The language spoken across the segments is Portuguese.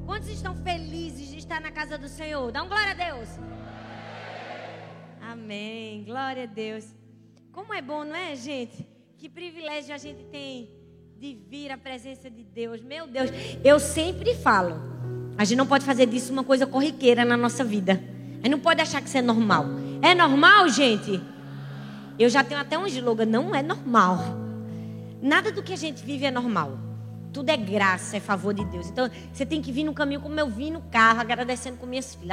Quantos estão felizes de estar na casa do Senhor? Dá um glória a Deus. Amém. Glória a Deus. Como é bom, não é, gente? Que privilégio a gente tem de vir à presença de Deus. Meu Deus, eu sempre falo, a gente não pode fazer disso uma coisa corriqueira na nossa vida. A gente não pode achar que isso é normal. É normal, gente? Eu já tenho até um slogan, não é normal. Nada do que a gente vive é normal. Tudo é graça, é favor de Deus. Então, você tem que vir no caminho como eu vim no carro, agradecendo com minhas filhas.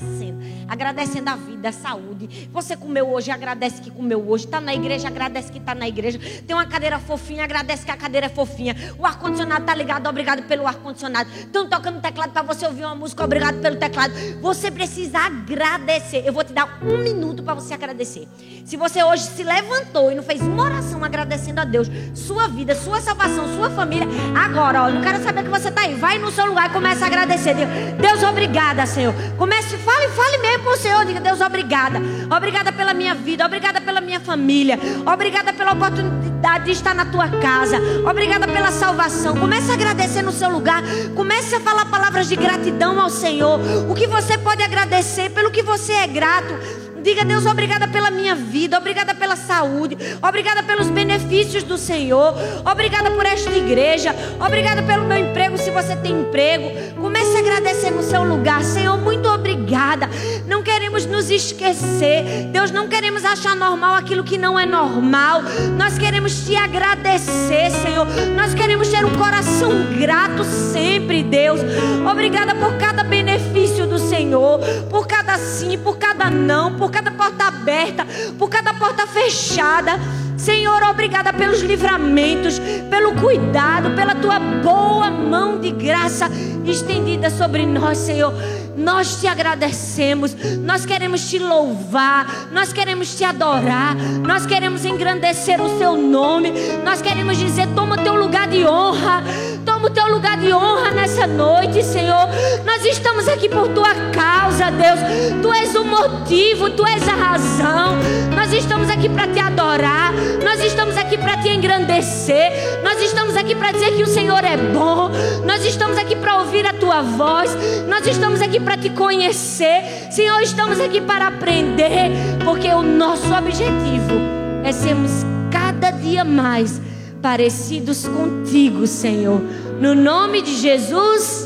Agradecendo a vida, a saúde. Você comeu hoje, agradece que comeu hoje. Está na igreja, agradece que está na igreja. Tem uma cadeira fofinha, agradece que a cadeira é fofinha. O ar-condicionado está ligado, obrigado pelo ar-condicionado. Estão tocando teclado para você ouvir uma música, obrigado pelo teclado. Você precisa agradecer. Eu vou te dar 1 minuto para você agradecer. Se você hoje se levantou e não fez uma oração agradecendo a Deus, sua vida, sua salvação, sua família, agora, ó, não quero saber que você está aí. Vai no seu lugar e comece a agradecer. Diga, Deus, obrigada, Senhor. Comece, fale mesmo para o Senhor. Diga, Deus, obrigada. Obrigada pela minha vida. Obrigada pela minha família. Obrigada pela oportunidade de estar na tua casa. Obrigada pela salvação. Comece a agradecer no seu lugar. Comece a falar palavras de gratidão ao Senhor. O que você pode agradecer, pelo que você é grato. Diga, Deus, obrigada pela minha vida, obrigada pela saúde, obrigada pelos benefícios do Senhor, obrigada por esta igreja, obrigada pelo meu emprego, se você tem emprego. Comece a agradecer no seu lugar. Senhor, muito obrigada. Não queremos nos esquecer, Deus, não queremos achar normal aquilo que não é normal. Nós queremos te agradecer, Senhor. Nós queremos ter um coração grato sempre, Deus. Obrigada por cada benefício do Senhor, por cada sim, por cada não, por cada porta aberta, por cada porta fechada. Senhor, obrigada pelos livramentos, pelo cuidado, pela tua boa mão de graça estendida sobre nós, Senhor. Nós te agradecemos, nós queremos te louvar, nós queremos te adorar, nós queremos engrandecer o seu nome, nós queremos dizer, toma o teu lugar de honra, toma o teu lugar de honra nessa noite, Senhor. Nós estamos aqui por tua causa, Deus. Tu és o motivo, tu és a razão. Nós estamos aqui para te adorar, nós estamos aqui para te engrandecer, nós estamos aqui para dizer que o Senhor é bom, nós estamos aqui para ouvir a tua voz, nós estamos aqui para te conhecer, Senhor. Estamos aqui para aprender, porque o nosso objetivo é sermos cada dia mais parecidos contigo, Senhor. No nome de Jesus.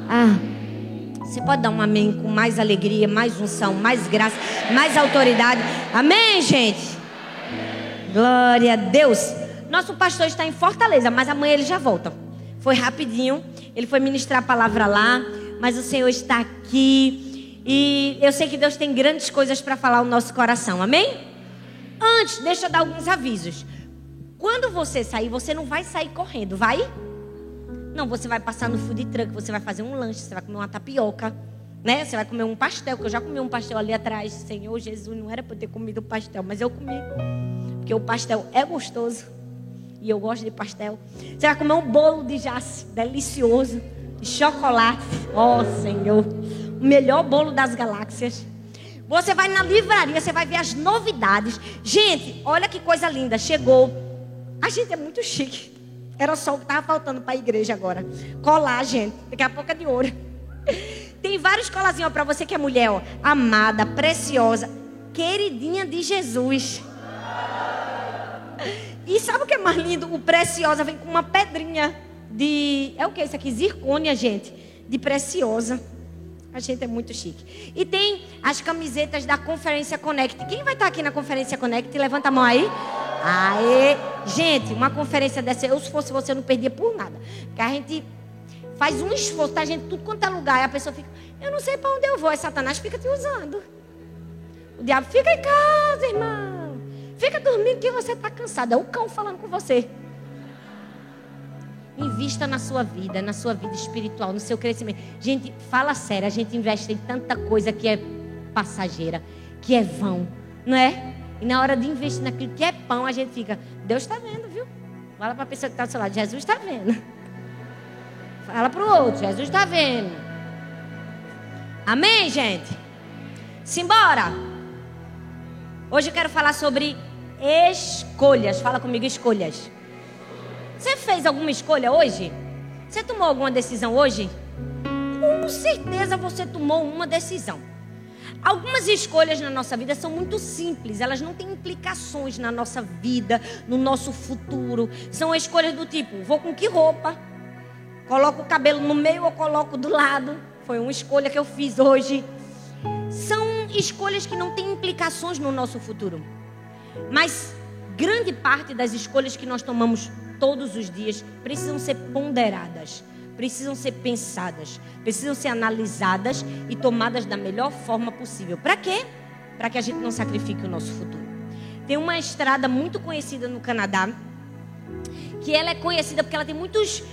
Você pode dar um amém com mais alegria, mais unção, mais graça, mais autoridade. Amém, gente? Glória a Deus. Nosso pastor está em Fortaleza, mas amanhã ele já volta. Foi rapidinho, ele foi ministrar a palavra lá, mas o Senhor está aqui. E eu sei que Deus tem grandes coisas para falar ao nosso coração, amém? Antes, deixa eu dar alguns avisos. Quando você sair, você não vai sair correndo, vai? Não, você vai passar no food truck, você vai fazer um lanche, você vai comer uma tapioca, né? Você vai comer um pastel, que eu já comi um pastel ali atrás. Senhor Jesus, não era para eu ter comido o pastel, mas eu comi. Porque o pastel é gostoso. E eu gosto de pastel. Você vai comer um bolo de jace, delicioso, de chocolate. Oh, Senhor, o melhor bolo das galáxias. Você vai na livraria, você vai ver as novidades. Gente, olha que coisa linda, chegou. A gente é muito chique. Era só o que estava faltando para a igreja agora. Colar, gente. Daqui a pouco é de ouro. Tem vários colarzinhos para você que é mulher, ó. Amada, preciosa, queridinha de Jesus. E sabe o que é mais lindo? O preciosa vem com uma pedrinha de... É o que isso aqui? Zircônia, gente. De preciosa. A gente é muito chique. E tem as camisetas da Conferência Connect. Quem vai estar aqui na Conferência Connect? Levanta a mão aí. Aê! Gente, uma conferência dessa, eu se fosse você, eu não perdia por nada. Porque a gente faz um esforço, tá, gente? Tudo quanto é lugar. E a pessoa fica, eu não sei para onde eu vou. E Satanás fica te usando. O diabo fica em casa, irmão. Fica dormindo que você está cansado. É o cão falando com você. Invista na sua vida espiritual, no seu crescimento. Gente, fala sério, a gente investe em tanta coisa que é passageira, que é vão, não é? E na hora de investir naquilo que é pão, a gente fica, Deus está vendo, viu? Fala para a pessoa que está do seu lado, Jesus está vendo. Fala para o outro, Jesus está vendo. Amém, gente? Simbora! Hoje eu quero falar sobre escolhas. Fala comigo, escolhas. Você fez alguma escolha hoje? Você tomou alguma decisão hoje? certeza você tomou uma decisão. Algumas escolhas na nossa vida são muito simples, elas não têm implicações na nossa vida, no nosso futuro. São escolhas do tipo, vou com que roupa? Coloco o cabelo no meio ou coloco do lado? Foi uma escolha que eu fiz hoje. São escolhas que não têm implicações no nosso futuro. Mas grande parte das escolhas que nós tomamos todos os dias precisam ser ponderadas, precisam ser pensadas, precisam ser analisadas e tomadas da melhor forma possível. Para quê? Para que a gente não sacrifique o nosso futuro. Tem uma estrada muito conhecida no Canadá, que ela é conhecida porque ela tem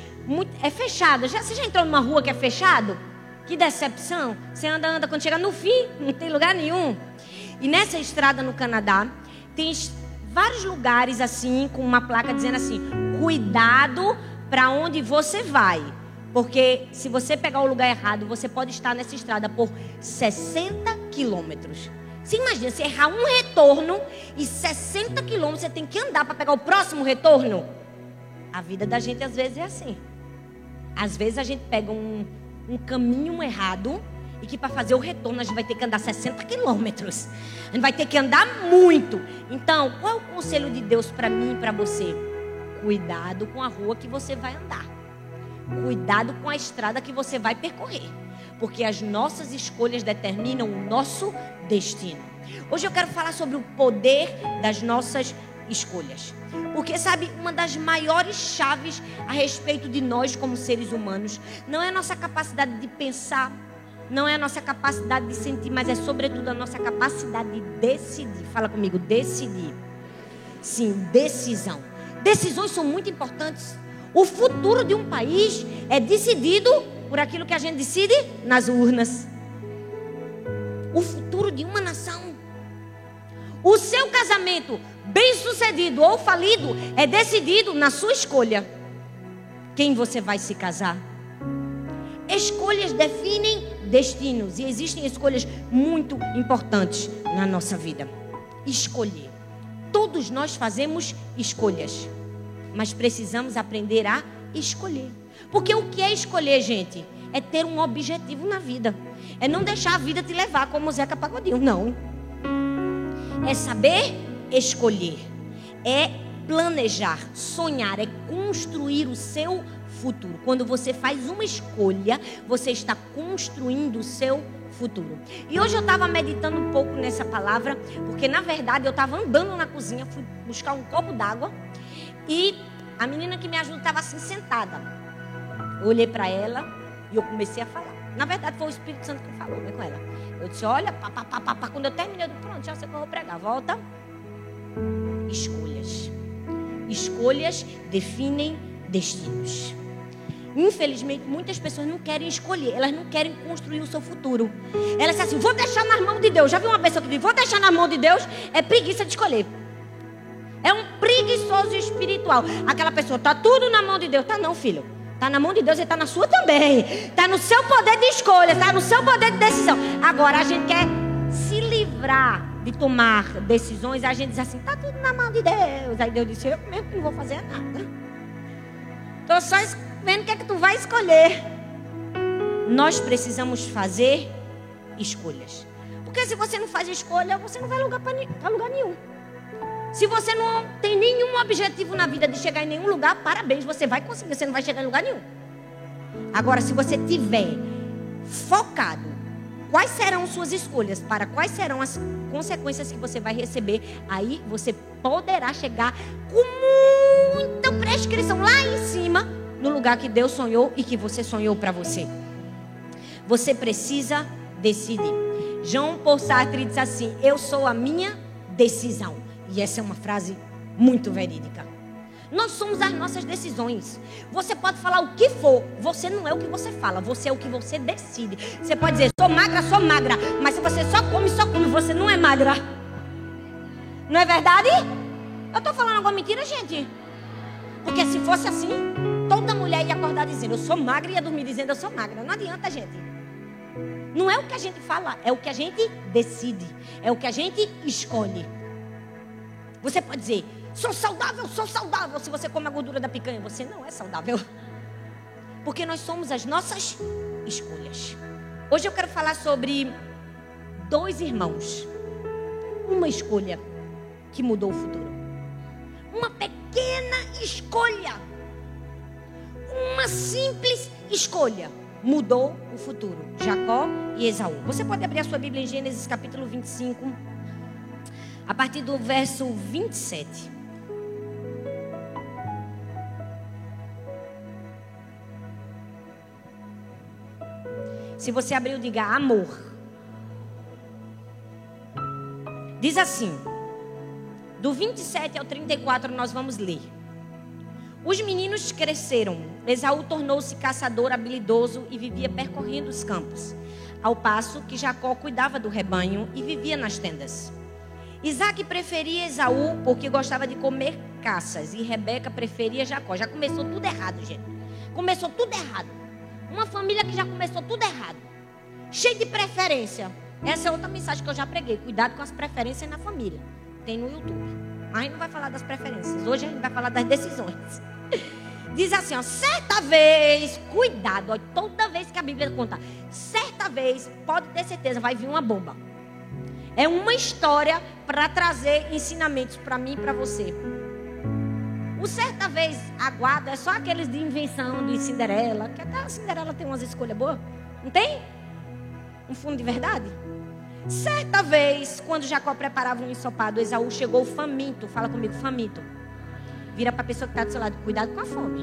é fechada. Você já entrou numa rua que é fechado? Que decepção. Você anda, quando chega no fim, não tem lugar nenhum. E nessa estrada no Canadá, tem vários lugares assim, com uma placa dizendo assim, cuidado para onde você vai. Porque se você pegar o lugar errado, você pode estar nessa estrada por 60 quilômetros. Você imagina, você errar um retorno e 60 quilômetros você tem que andar para pegar o próximo retorno? A vida da gente às vezes é assim. Às vezes a gente pega um caminho errado e que para fazer o retorno a gente vai ter que andar 60 quilômetros. A gente vai ter que andar muito. Então, qual é o conselho de Deus para mim e para você? Cuidado com a rua que você vai andar. Cuidado com a estrada que você vai percorrer. Porque as nossas escolhas determinam o nosso destino. Hoje eu quero falar sobre o poder das nossas escolhas. Porque sabe, uma das maiores chaves a respeito de nós como seres humanos não é a nossa capacidade de pensar, não é a nossa capacidade de sentir, mas é sobretudo a nossa capacidade de decidir. Fala comigo, decidir. Sim, decisão. Decisões são muito importantes. O futuro de um país é decidido por aquilo que a gente decide nas urnas. O futuro de uma nação. O seu casamento, bem sucedido ou falido, é decidido na sua escolha. Quem você vai se casar? Escolhas definem destinos. E existem escolhas muito importantes na nossa vida. Escolher. Todos nós fazemos escolhas. Mas precisamos aprender a escolher. Porque o que é escolher, gente? É ter um objetivo na vida. É não deixar a vida te levar como o Zeca Pagodinho. Não. É saber escolher. É planejar, sonhar, é construir o seu futuro. Quando você faz uma escolha, você está construindo o seu futuro. E hoje eu estava meditando um pouco nessa palavra, porque na verdade eu estava andando na cozinha, fui buscar um copo d'água e a menina que me ajuda estava assim sentada. Eu olhei para ela e eu comecei a falar. Na verdade foi o Espírito Santo que falou, né, com ela. Eu disse, olha, quando eu terminei, eu disse, pronto, já sei que eu vou pregar. Volta. Escolhas. Escolhas definem destinos. Infelizmente, muitas pessoas não querem escolher. Elas não querem construir o seu futuro. Elas dizem assim, vou deixar nas mãos de Deus. Já viu uma pessoa que diz, vou deixar nas mãos de Deus? É preguiça de escolher. É um preguiçoso espiritual. Aquela pessoa, está tudo na mão de Deus. Tá não, filho. Está na mão de Deus e está na sua também. Está no seu poder de escolha. Está no seu poder de decisão. Agora, a gente quer se livrar de tomar decisões. A gente diz assim, está tudo na mão de Deus. Aí Deus disse, eu mesmo não vou fazer nada. Estou só vendo o que é que tu vai escolher. Nós precisamos fazer escolhas. Porque se você não faz escolha, você não vai para lugar nenhum. Se você não tem nenhum objetivo na vida de chegar em nenhum lugar, parabéns, você vai conseguir, você não vai chegar em lugar nenhum. Agora, se você tiver focado, quais serão suas escolhas, para quais serão as consequências que você vai receber, aí você poderá chegar com muita prescrição lá em cima, no lugar que Deus sonhou e que você sonhou para você. Você precisa decidir. Jean Paul Sartre diz assim, eu sou a minha decisão. E essa é uma frase muito verídica. Nós somos as nossas decisões. Você pode falar o que for, você não é o que você fala, você é o que você decide. Você pode dizer, sou magra, mas se você só come, você não é magra. Não é verdade? Eu estou falando alguma mentira, gente? Porque se fosse assim, toda mulher ia acordar dizendo, eu sou magra, e ia dormir dizendo, eu sou magra. Não adianta, gente. Não é o que a gente fala, é o que a gente decide, é o que a gente escolhe. Você pode dizer, sou saudável. Se você come a gordura da picanha, você não é saudável. Porque nós somos as nossas escolhas. Hoje eu quero falar sobre 2 irmãos. Uma escolha que mudou o futuro. Uma pequena escolha. Uma simples escolha mudou o futuro. Jacó e Esaú. Você pode abrir a sua Bíblia em Gênesis capítulo 25, a partir do verso 27. Se você abriu, diga amor. Diz assim, do 27 ao 34 nós vamos ler. Os meninos cresceram. Esaú tornou-se caçador habilidoso e vivia percorrendo os campos, ao passo que Jacó cuidava do rebanho e vivia nas tendas. Isaac preferia Esaú porque gostava de comer caças e Rebeca preferia Jacó. Já começou tudo errado, gente. Começou tudo errado. Uma família que já começou tudo errado. Cheio de preferência. Essa é outra mensagem que eu já preguei. Cuidado com as preferências na família. Tem no YouTube. Mas a gente não vai falar das preferências. Hoje a gente vai falar das decisões. Diz assim, ó. Certa vez, cuidado, ó, toda vez que a Bíblia conta. Certa vez, pode ter certeza, vai vir uma bomba. É uma história para trazer ensinamentos para mim e para você. O certa vez, aguarda, é só aqueles de invenção de Cinderela. Que até a Cinderela tem umas escolhas boas. Não tem? Um fundo de verdade? Certa vez, quando Jacó preparava um ensopado, Esaú chegou faminto. Fala comigo, faminto. Vira para a pessoa que está do seu lado. Cuidado com a fome.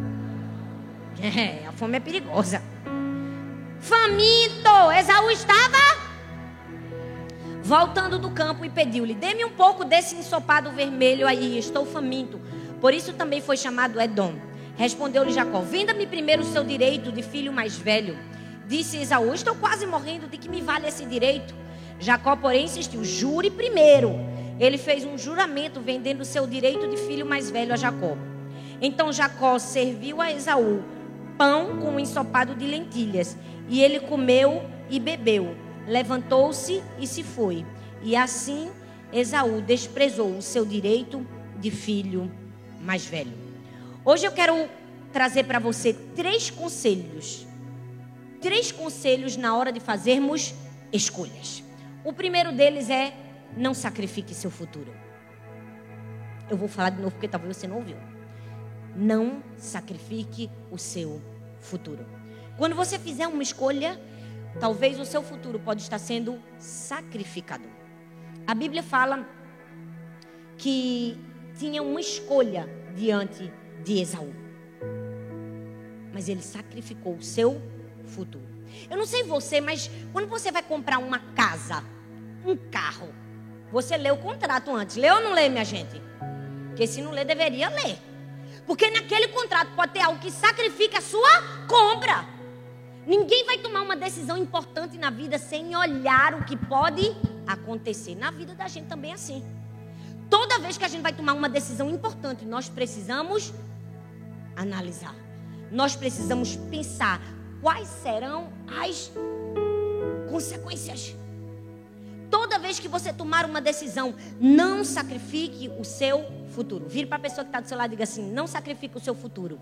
A fome é perigosa. Faminto. Esaú estava voltando do campo e pediu-lhe: dê-me um pouco desse ensopado vermelho aí, estou faminto. Por isso também foi chamado Edom. Respondeu-lhe Jacó: venda-me primeiro o seu direito de filho mais velho. Disse Esaú: estou quase morrendo, de que me vale esse direito? Jacó, porém, insistiu: jure primeiro. Ele fez um juramento vendendo o seu direito de filho mais velho a Jacó. Então Jacó serviu a Esaú pão com um ensopado de lentilhas, e ele comeu e bebeu. Levantou-se e se foi. E assim Esaú desprezou o seu direito de filho mais velho. Hoje eu quero trazer para você 3 conselhos. 3 conselhos na hora de fazermos escolhas. O primeiro deles é: não sacrifique seu futuro. Eu vou falar de novo porque talvez você não ouviu. Não sacrifique o seu futuro. Quando você fizer uma escolha, talvez o seu futuro pode estar sendo sacrificado. A Bíblia fala que tinha uma escolha diante de Esaú. Mas ele sacrificou o seu futuro. Eu não sei você, mas quando você vai comprar uma casa, um carro, você lê o contrato antes. Lê ou não lê, minha gente? Porque se não lê, deveria ler. Porque naquele contrato pode ter algo que sacrifica a sua compra. Ninguém vai tomar uma decisão importante na vida sem olhar o que pode acontecer. Na vida da gente também é assim. Toda vez que a gente vai tomar uma decisão importante, nós precisamos analisar. Nós precisamos pensar quais serão as consequências. Toda vez que você tomar uma decisão, não sacrifique o seu futuro. Vire para a pessoa que está do seu lado e diga assim: não sacrifique o seu futuro.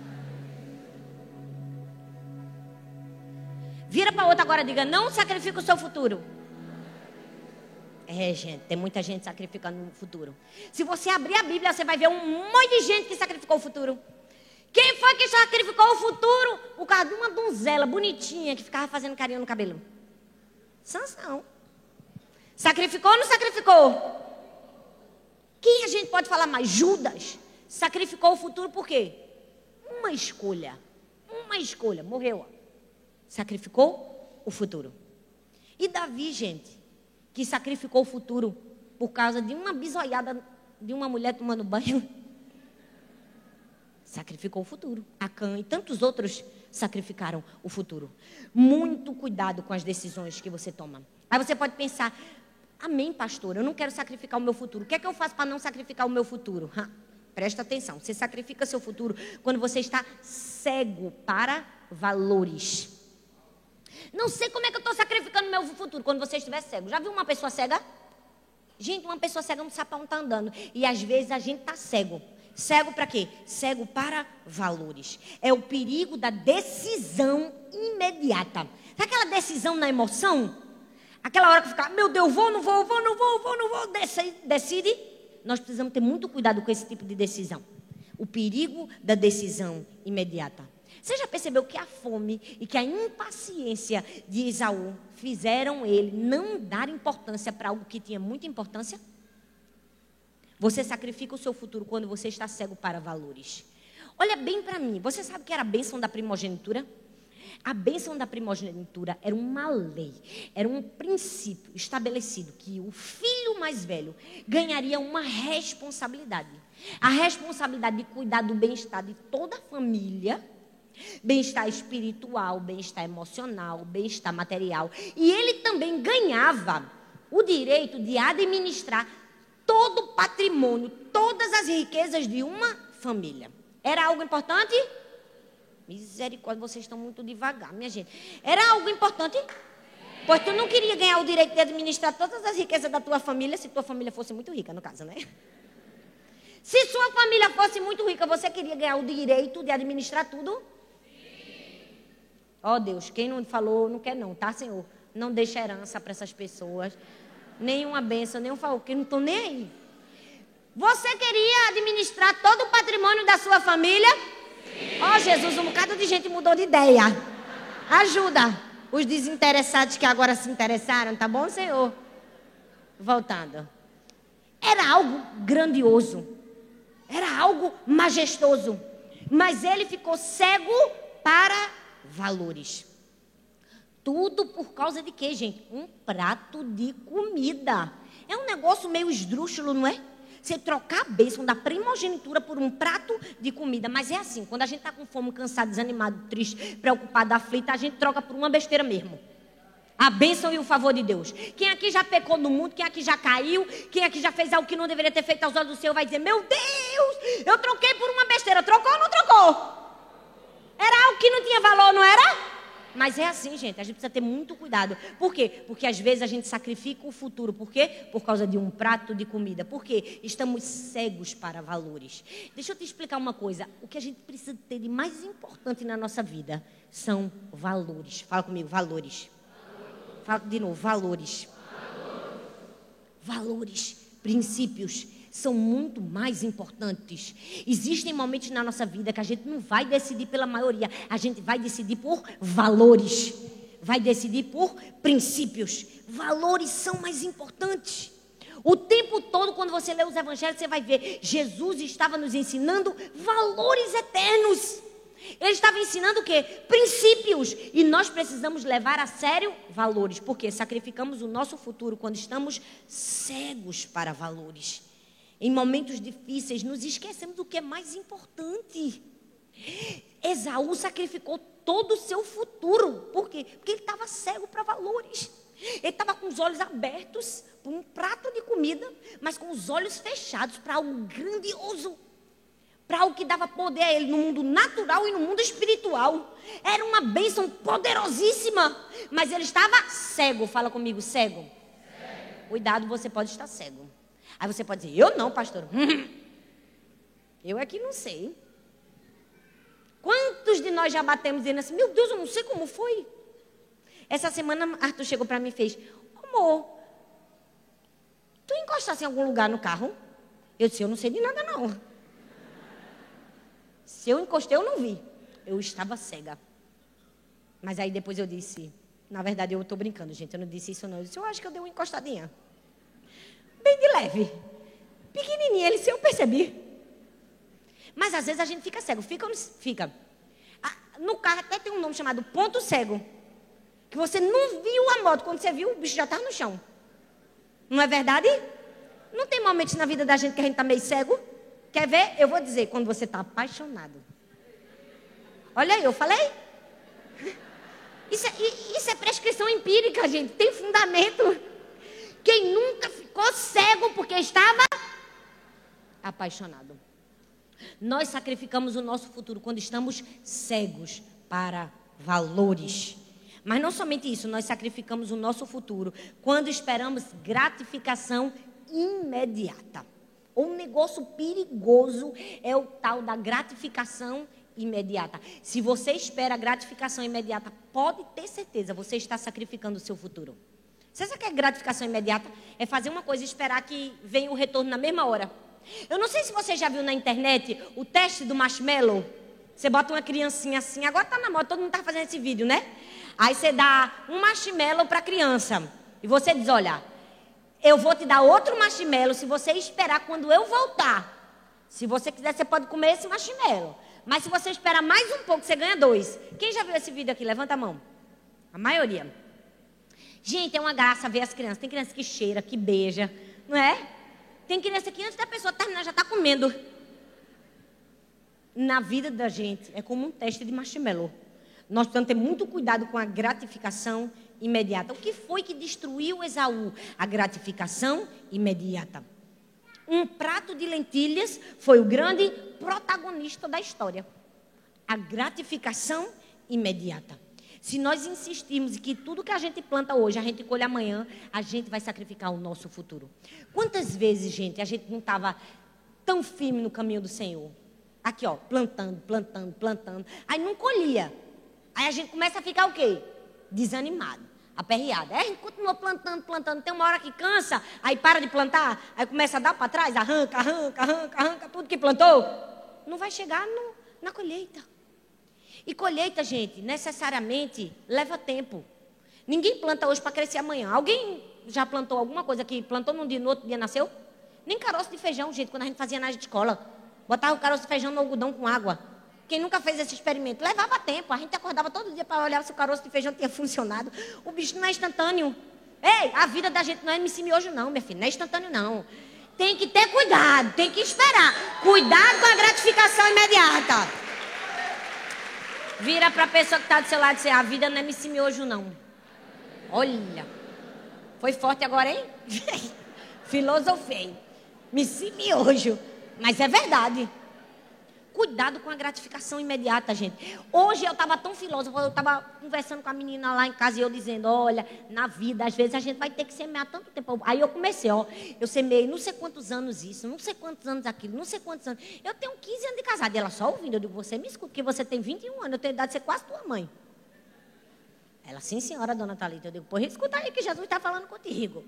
Vira para outra agora e diga: não sacrifique o seu futuro. Gente, tem muita gente sacrificando o futuro. Se você abrir a Bíblia, você vai ver um monte de gente que sacrificou o futuro. Quem foi que sacrificou o futuro por causa de uma donzela bonitinha que ficava fazendo carinho no cabelo? Sansão. Sacrificou ou não sacrificou? Quem a gente pode falar mais? Judas sacrificou o futuro por quê? Uma escolha. Uma escolha. Morreu. Sacrificou o futuro. E Davi, gente, que sacrificou o futuro por causa de uma bisoiada de uma mulher tomando banho. Sacrificou o futuro. Acã e tantos outros sacrificaram o futuro. Muito cuidado com as decisões que você toma. Aí você pode pensar: amém, pastor, eu não quero sacrificar o meu futuro. O que é que eu faço para não sacrificar o meu futuro? Presta atenção. Você sacrifica seu futuro quando você está cego para valores. Não sei como é que eu estou sacrificando meu futuro. Quando você estiver cego. Já viu uma pessoa cega? Gente, uma pessoa cega não sabe para onde está andando. E às vezes a gente está cego. Cego para quê? Cego para valores. É o perigo da decisão imediata. Tá aquela decisão na emoção? Aquela hora que fica, meu Deus, vou, não vou, decide. Nós precisamos ter muito cuidado com esse tipo de decisão. O perigo da decisão imediata. Você já percebeu que a fome e que a impaciência de Esaú fizeram ele não dar importância para algo que tinha muita importância? Você sacrifica o seu futuro quando você está cego para valores. Olha bem para mim, você sabe o que era a bênção da primogenitura? A bênção da primogenitura era uma lei, era um princípio estabelecido que o filho mais velho ganharia uma responsabilidade. A responsabilidade de cuidar do bem-estar de toda a família, bem-estar espiritual, bem-estar emocional, bem-estar material. E ele também ganhava o direito de administrar todo o patrimônio, todas as riquezas de uma família. Era algo importante? Misericórdia, vocês estão muito devagar, minha gente. Era algo importante? Pois tu não queria ganhar o direito de administrar todas as riquezas da tua família, se tua família fosse muito rica, no caso, né? Se sua família fosse muito rica, você queria ganhar o direito de administrar tudo? Ó Deus, quem não falou, não quer não, tá, Senhor? Não deixa herança para essas pessoas. Nenhuma bênção, nenhum favor, porque não estão nem aí. Você queria administrar todo o patrimônio da sua família? Ó Jesus, um bocado de gente mudou de ideia. Ajuda os desinteressados que agora se interessaram, tá bom, Senhor? Voltando. Era algo grandioso. Era algo majestoso. Mas ele ficou cego para valores. Tudo por causa de quê, gente? Um prato de comida. É um negócio meio esdrúxulo, não é? Você trocar a bênção da primogenitura por um prato de comida. Mas é assim, quando a gente está com fome, cansado, desanimado, triste, preocupado, aflito, a gente troca por uma besteira mesmo. A bênção e o favor de Deus. Quem aqui já pecou no mundo, quem aqui já caiu, quem aqui já fez algo que não deveria ter feito aos olhos do Senhor, vai dizer, meu Deus, eu troquei por uma besteira. Trocou ou não trocou? Era algo que não tinha valor, não era? Mas é assim, gente, a gente precisa ter muito cuidado. Por quê? Porque às vezes a gente sacrifica o futuro. Por quê? Por causa de um prato de comida. Por quê? Estamos cegos para valores. Deixa eu te explicar uma coisa. O que a gente precisa ter de mais importante na nossa vida são valores. Fala comigo, valores. Fala de novo, valores. Valores, princípios são muito mais importantes. Existem momentos na nossa vida que a gente não vai decidir pela maioria, a gente vai decidir por valores, vai decidir por princípios. Valores são mais importantes. O tempo todo, quando você lê os evangelhos, você vai ver, Jesus estava nos ensinando valores eternos. Ele estava ensinando o quê? Princípios. E nós precisamos levar a sério valores, porque sacrificamos o nosso futuro quando estamos cegos para valores. Em momentos difíceis, nos esquecemos do que é mais importante. Esaú sacrificou todo o seu futuro. Por quê? Porque ele estava cego para valores. Ele estava com os olhos abertos para um prato de comida, mas com os olhos fechados para algo grandioso. Para algo que dava poder a ele no mundo natural e no mundo espiritual. Era uma bênção poderosíssima. Mas ele estava cego. Fala comigo, cego. Cuidado, você pode estar cego. Aí você pode dizer, eu não, pastor. Eu é que não sei. Quantos de nós já batemos dizendo assim, meu Deus, eu não sei como foi. Essa semana, Arthur chegou para mim e fez, amor, tu encostasse em algum lugar no carro? Eu disse, eu não sei de nada não. Se eu encostei, eu não vi. Eu estava cega. Mas aí depois eu disse, na verdade eu estou brincando, gente, eu não disse isso não. Eu disse, eu acho que eu dei uma encostadinha. Bem de leve. Pequenininha, ele se eu percebi. Mas às vezes a gente fica cego. Fica ou não fica? No carro até tem um nome chamado ponto cego. Que você não viu a moto. Quando você viu, o bicho já estava no chão. Não é verdade? Não tem momentos na vida da gente que a gente está meio cego? Quer ver? Eu vou dizer, quando você está apaixonado. Olha aí, eu falei? Isso é prescrição empírica, gente. Tem fundamento. Quem nunca ficou cego porque estava apaixonado. Nós sacrificamos o nosso futuro quando estamos cegos para valores. Mas não somente isso, nós sacrificamos o nosso futuro quando esperamos gratificação imediata. Um negócio perigoso é o tal da gratificação imediata. Se você espera gratificação imediata, pode ter certeza, você está sacrificando o seu futuro. Você sabe que a gratificação imediata é fazer uma coisa e esperar que venha o retorno na mesma hora. Eu não sei se você já viu na internet o teste do marshmallow. Você bota uma criancinha assim, agora está na moda, todo mundo está fazendo esse vídeo, né? Aí você dá um marshmallow para a criança e você diz, olha, eu vou te dar outro marshmallow se você esperar quando eu voltar. Se você quiser, você pode comer esse marshmallow. Mas se você esperar mais um pouco, você ganha 2. Quem já viu esse vídeo aqui? Levanta a mão. A maioria. Gente, é uma graça ver as crianças. Tem criança que cheira, que beija, não é? Tem criança que antes da pessoa terminar já está comendo. Na vida da gente, é como um teste de marshmallow. Nós precisamos ter muito cuidado com a gratificação imediata. O que foi que destruiu Esaú? A gratificação imediata. Um prato de lentilhas foi o grande protagonista da história. A gratificação imediata. Se nós insistirmos que tudo que a gente planta hoje, a gente colhe amanhã, a gente vai sacrificar o nosso futuro. Quantas vezes, gente, a gente não estava tão firme no caminho do Senhor? Aqui, ó, plantando. Aí não colhia. Aí a gente começa a ficar o quê? Desanimado, aperreado. Aí a gente continua plantando. Tem uma hora que cansa, aí para de plantar, aí começa a dar para trás, arranca tudo que plantou. Não vai chegar na colheita. E colheita, gente, necessariamente leva tempo. Ninguém planta hoje para crescer amanhã. Alguém já plantou alguma coisa que plantou num dia, no outro dia nasceu? Nem caroço de feijão, gente, quando a gente fazia na escola. Botava o caroço de feijão no algodão com água. Quem nunca fez esse experimento? Levava tempo. A gente acordava todo dia para olhar se o caroço de feijão tinha funcionado. O bicho não é instantâneo. Ei, a vida da gente não é MC miojo não, minha filha. Não é instantâneo não. Tem que ter cuidado, tem que esperar. Cuidado com a gratificação imediata. Vira para a pessoa que está do seu lado e diz, a vida não é MC miojo não. Olha. Foi forte agora, hein? Filosofei. MC miojo. Mas é verdade. Cuidado com a gratificação imediata, gente. Hoje eu estava tão filósofa, eu estava conversando com a menina lá em casa e eu dizendo, olha, na vida, às vezes a gente vai ter que semear tanto tempo. Aí eu comecei, ó, eu semeei não sei quantos anos isso, não sei quantos anos aquilo, não sei quantos anos. Eu tenho 15 anos de casada. E ela só ouvindo, eu digo, você me escuta, porque você tem 21 anos, eu tenho idade de ser quase tua mãe. Ela, sim senhora, dona Thalita. Eu digo, pois escuta aí que Jesus está falando contigo.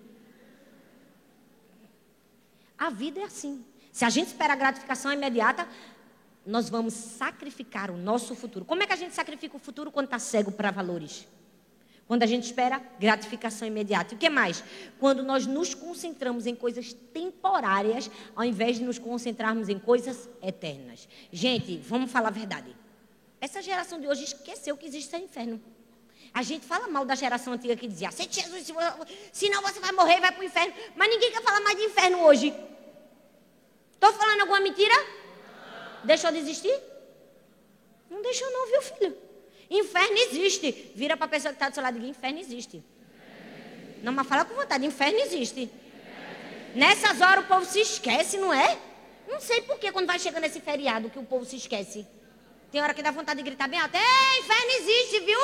A vida é assim. Se a gente espera a gratificação imediata, nós vamos sacrificar o nosso futuro. Como é que a gente sacrifica o futuro quando está cego para valores? Quando a gente espera gratificação imediata. E o que mais? Quando nós nos concentramos em coisas temporárias, ao invés de nos concentrarmos em coisas eternas. Gente, vamos falar a verdade. Essa geração de hoje esqueceu que existe esse inferno. A gente fala mal da geração antiga que dizia, aceite Jesus, senão você vai morrer e vai para o inferno. Mas ninguém quer falar mais de inferno hoje. Estou falando alguma mentira? Deixou de existir? Não deixou não, viu, filho? Inferno existe. Vira para a pessoa que está do seu lado e diz, inferno existe. Não, mas fala com vontade, inferno existe. Nessas horas o povo se esquece, não é? Não sei por que quando vai chegando esse feriado que o povo se esquece. Tem hora que dá vontade de gritar bem alto, ei, inferno existe, viu?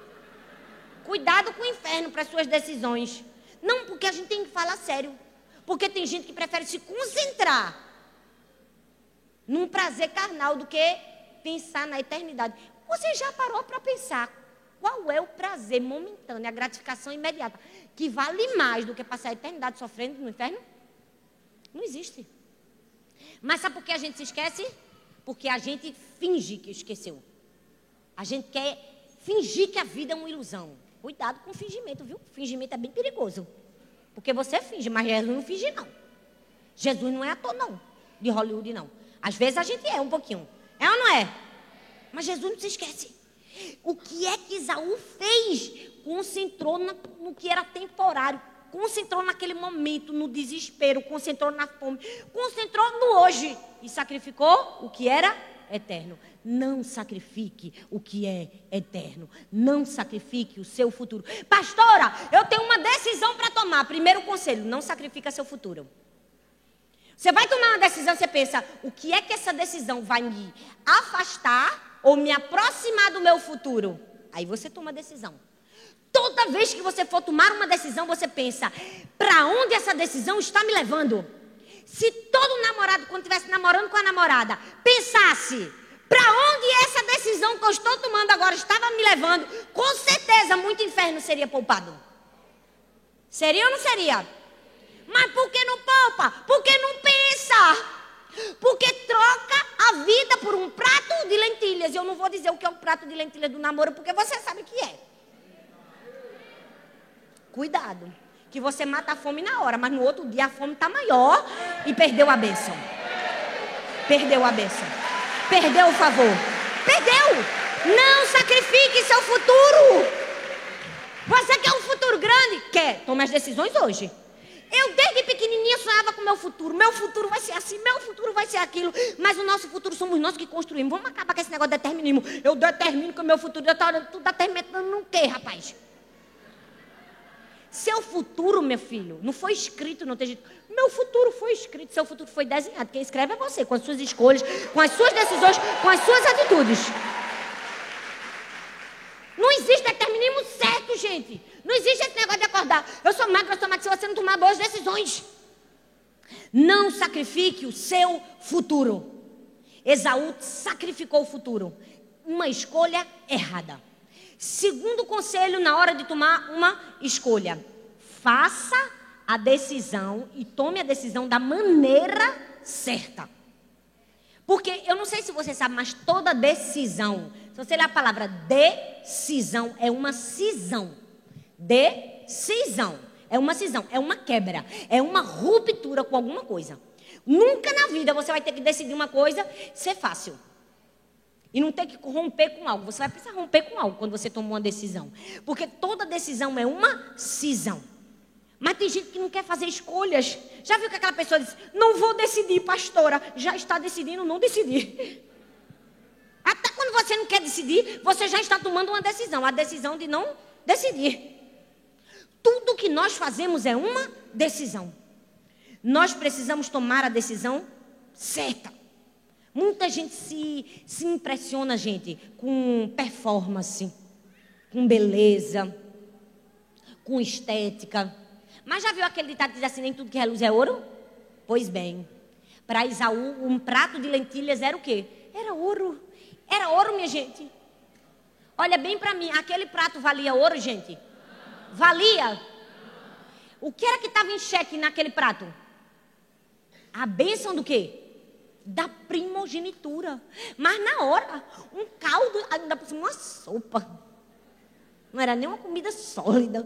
Cuidado com o inferno para as suas decisões. Não, porque a gente tem que falar sério. Porque tem gente que prefere se concentrar num prazer carnal do que pensar na eternidade. Você já parou para pensar qual é o prazer momentâneo, a gratificação imediata, que vale mais do que passar a eternidade sofrendo no inferno? Não existe. Mas sabe por que a gente se esquece? Porque a gente finge que esqueceu. A gente quer fingir que a vida é uma ilusão. Cuidado com o fingimento, viu? O fingimento é bem perigoso. Porque você finge, mas Jesus não finge, não. Jesus não é ator, não. De Hollywood, não. Às vezes a gente é um pouquinho. É ou não é? Mas Jesus não se esquece. O que é que Esaú fez? Concentrou no que era temporário. Concentrou naquele momento, no desespero. Concentrou na fome. Concentrou no hoje. E sacrificou o que era eterno. Não sacrifique o que é eterno. Não sacrifique o seu futuro. Pastora, eu tenho uma decisão para tomar. Primeiro conselho, não sacrifica seu futuro. Você vai tomar uma decisão, você pensa, o que é que essa decisão vai me afastar ou me aproximar do meu futuro? Aí você toma a decisão. Toda vez que você for tomar uma decisão, você pensa, para onde essa decisão está me levando? Se todo namorado, quando estivesse namorando com a namorada, pensasse, para onde essa essa decisão que eu estou tomando agora estava me levando, com certeza muito inferno seria poupado. Seria ou não seria? Mas por que não poupa? Por que não pensa? Porque troca a vida por um prato de lentilhas. Eu não vou dizer o que é o prato de lentilhas do namoro, porque você sabe o que é. Cuidado, que você mata a fome na hora, mas no outro dia a fome está maior e perdeu a bênção. Perdeu a bênção. Perdeu o favor. Perdeu. Não sacrifique seu futuro. Você quer um futuro grande? Quer. Tome as decisões hoje. Eu desde pequenininha sonhava com o meu futuro. Meu futuro vai ser assim, meu futuro vai ser aquilo. Mas o nosso futuro somos nós que construímos. Vamos acabar com esse negócio de determinismo. Eu determino que o meu futuro... Tu tá determinando no quê, rapaz? Seu futuro, meu filho, não foi escrito, não tem jeito. Meu futuro foi escrito, seu futuro foi desenhado. Quem escreve é você, com as suas escolhas, com as suas decisões, com as suas atitudes. Não existe determinismo certo, gente. Não existe esse negócio de acordar. Eu sou magro, se você não tomar boas decisões. Não sacrifique o seu futuro. Esaú sacrificou o futuro. Uma escolha errada. Segundo conselho na hora de tomar uma escolha. Faça a decisão e tome a decisão da maneira certa. Porque eu não sei se você sabe, mas toda decisão, se você ler a palavra decisão, é uma cisão. Decisão. É uma cisão, é uma quebra, é uma ruptura com alguma coisa. Nunca na vida você vai ter que decidir uma coisa ser fácil. E não ter que romper com algo. Você vai precisar romper com algo quando você toma uma decisão. Porque toda decisão é uma cisão. Mas tem gente que não quer fazer escolhas. Já viu que aquela pessoa diz, não vou decidir, pastora. Já está decidindo não decidir. Até quando você não quer decidir, você já está tomando uma decisão. A decisão de não decidir. Tudo que nós fazemos é uma decisão. Nós precisamos tomar a decisão certa. Muita gente se impressiona, gente, com performance, com beleza, com estética. Mas já viu aquele ditado que diz assim, nem tudo que reluz é ouro? Pois bem, para Esaú, um prato de lentilhas era o quê? Era ouro. Era ouro, minha gente. Olha bem para mim, aquele prato valia ouro, gente? Valia? O que era que estava em xeque naquele prato? A bênção do quê? Da primogenitura. Mas na hora, um caldo, ainda por cima uma sopa. Não era nem uma comida sólida.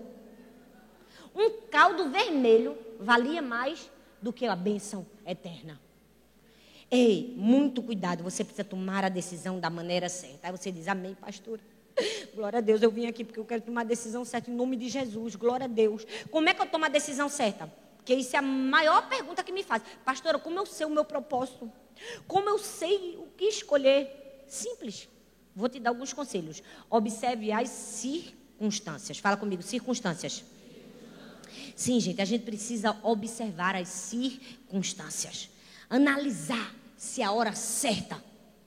Um caldo vermelho valia mais do que a bênção eterna. Ei, muito cuidado, você precisa tomar a decisão da maneira certa. Aí você diz, amém, pastora. Glória a Deus, eu vim aqui porque eu quero tomar a decisão certa em nome de Jesus. Glória a Deus. Como é que eu tomo a decisão certa? Porque isso é a maior pergunta que me faz. Pastora, como eu sei o meu propósito? Como eu sei o que escolher? Simples. Vou te dar alguns conselhos. Observe as circunstâncias. Fala comigo, circunstâncias. Sim, gente, a gente precisa observar as circunstâncias. Analisar se é a hora certa.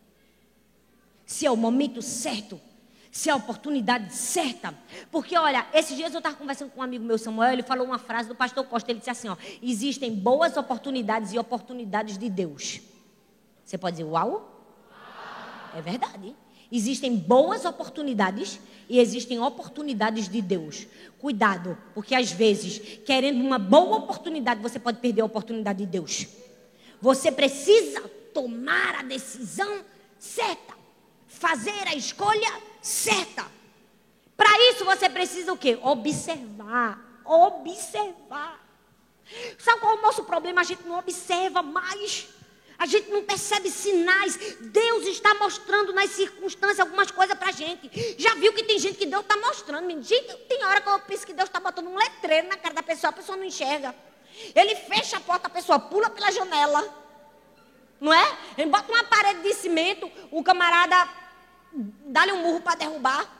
Se é o momento certo. Se é a oportunidade certa. Porque, olha, esses dias eu estava conversando com um amigo meu, Samuel, ele falou uma frase do pastor Costa, ele disse assim, ó, existem boas oportunidades e oportunidades de Deus. Você pode dizer, uau? É verdade. Existem boas oportunidades e existem oportunidades de Deus. Cuidado, porque às vezes, querendo uma boa oportunidade, você pode perder a oportunidade de Deus. Você precisa tomar a decisão certa. Fazer a escolha certa. Para isso você precisa o quê? Observar. Observar. Sabe qual é o nosso problema? A gente não observa mais. A gente não percebe sinais. Deus está mostrando nas circunstâncias algumas coisas para a gente. Já viu que tem gente que Deus está mostrando? Gente, tem hora que eu penso que Deus está botando um letreiro na cara da pessoa, a pessoa não enxerga. Ele fecha a porta, a pessoa pula pela janela. Não é? Ele bota uma parede de cimento, o camarada dá-lhe um murro para derrubar.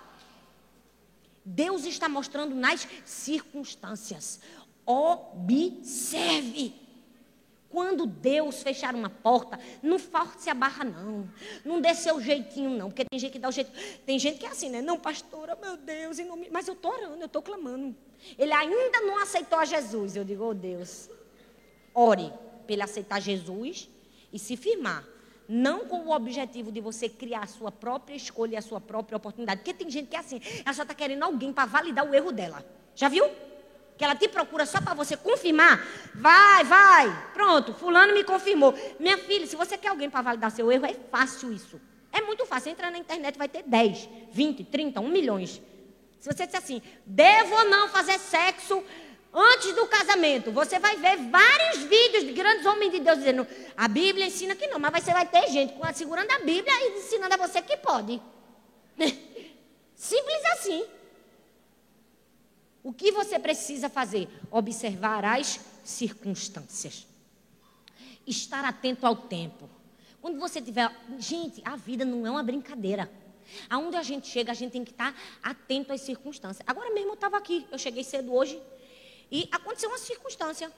Deus está mostrando nas circunstâncias. Observe. Quando Deus fechar uma porta, não force a barra, não. Não dê seu jeitinho, não. Porque tem gente que dá o jeito. Tem gente que é assim, né? Não, pastora, meu Deus. Mas eu estou orando, eu estou clamando. Ele ainda não aceitou a Jesus. Eu digo, oh Deus, ore para ele aceitar Jesus e se firmar Não com o objetivo de você criar a sua própria escolha e a sua própria oportunidade. Porque tem gente que é assim, ela só está querendo alguém para validar o erro dela. Já viu? Que ela te procura só para você confirmar. Vai. Pronto, fulano me confirmou. Minha filha, se você quer alguém para validar seu erro, é fácil isso. É muito fácil. Entra na internet, vai ter 10, 20, 30, 1 milhões. Se você disser assim, devo ou não fazer sexo antes do casamento, você vai ver vários vídeos de grandes homens de Deus dizendo, a Bíblia ensina que não, mas você vai ter gente segurando a Bíblia e ensinando a você que pode. Simples assim. O que você precisa fazer? Observar as circunstâncias. Estar atento ao tempo. Quando você tiver... Gente, a vida não é uma brincadeira. Aonde a gente chega, a gente tem que estar atento às circunstâncias. Agora mesmo eu estava aqui, eu cheguei cedo hoje e aconteceu uma circunstância.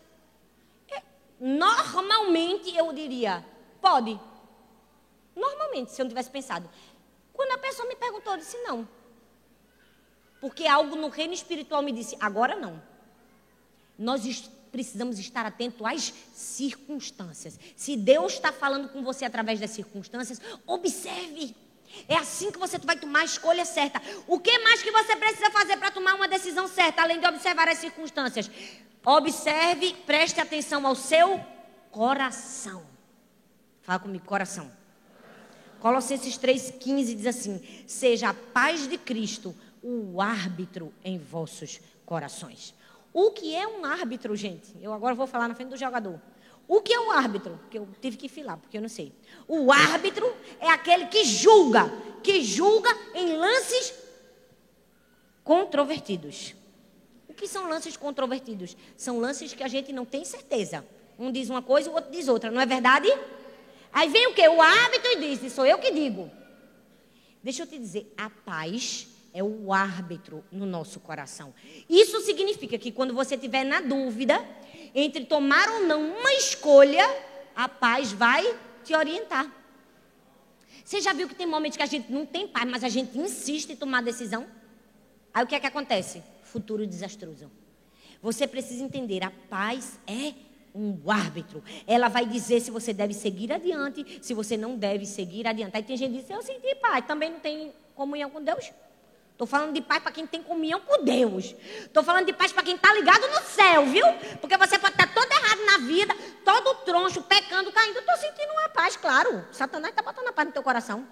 Normalmente eu diria, pode. Normalmente, se eu não tivesse pensado. Quando a pessoa me perguntou, eu disse não. Porque algo no reino espiritual me disse, agora não. Nós precisamos estar atentos às circunstâncias. Se Deus está falando com você através das circunstâncias, observe. É assim que você vai tomar a escolha certa. O que mais que você precisa fazer para tomar uma decisão certa, além de observar as circunstâncias? Observe, preste atenção ao seu coração. Fala comigo, coração. Colossenses 3,15 diz assim, seja a paz de Cristo o árbitro em vossos corações. O que é um árbitro, gente? Eu agora vou falar na frente do jogador. O que é um árbitro? Que eu tive que filar, porque eu não sei. O árbitro é aquele que julga em lances controvertidos. O que são lances controvertidos? São lances que a gente não tem certeza. Um diz uma coisa, o outro diz outra, não é verdade? Aí vem o quê? O árbitro e diz, sou eu que digo. Deixa eu te dizer, a paz é o árbitro no nosso coração. Isso significa que quando você estiver na dúvida entre tomar ou não uma escolha, a paz vai te orientar. Você já viu que tem momentos que a gente não tem paz, mas a gente insiste em tomar decisão? Aí o que é que acontece? Futuro desastroso. Você precisa entender, a paz é um árbitro. Ela vai dizer se você deve seguir adiante, se você não deve seguir adiante. Aí tem gente que diz, eu senti paz, também não tem comunhão com Deus? Estou falando de paz para quem tem comunhão com Deus. Estou falando de paz para quem está ligado no céu, viu? Porque você pode estar todo errado na vida, todo troncho, pecando, caindo. Estou sentindo uma paz, claro. Satanás está botando a paz no teu coração.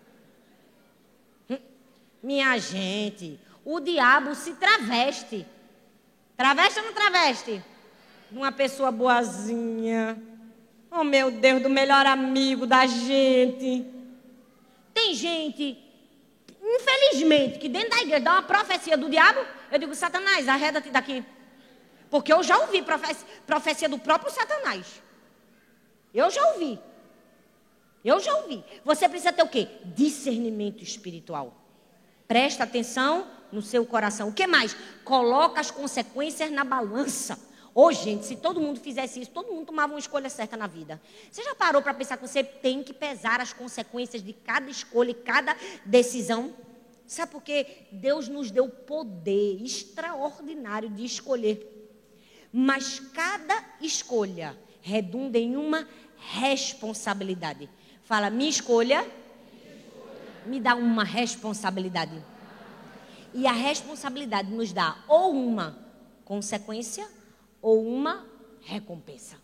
Minha gente, o diabo se traveste. Traveste ou não traveste? Uma pessoa boazinha. Oh, meu Deus, do melhor amigo da gente. Tem gente... Infelizmente, que dentro da igreja dá uma profecia do diabo, eu digo, Satanás, arreda-te daqui. Porque eu já ouvi profecia do próprio Satanás. Eu já ouvi. Você precisa ter o quê? Discernimento espiritual. Presta atenção no seu coração. O que mais? Coloca as consequências na balança. Ô, gente, se todo mundo fizesse isso, todo mundo tomava uma escolha certa na vida. Você já parou para pensar que você tem que pesar as consequências de cada escolha e cada decisão? Sabe por quê? Deus nos deu poder extraordinário de escolher. Mas cada escolha redunda em uma responsabilidade. Fala, minha escolha me dá uma responsabilidade. E a responsabilidade nos dá ou uma consequência ou uma recompensa.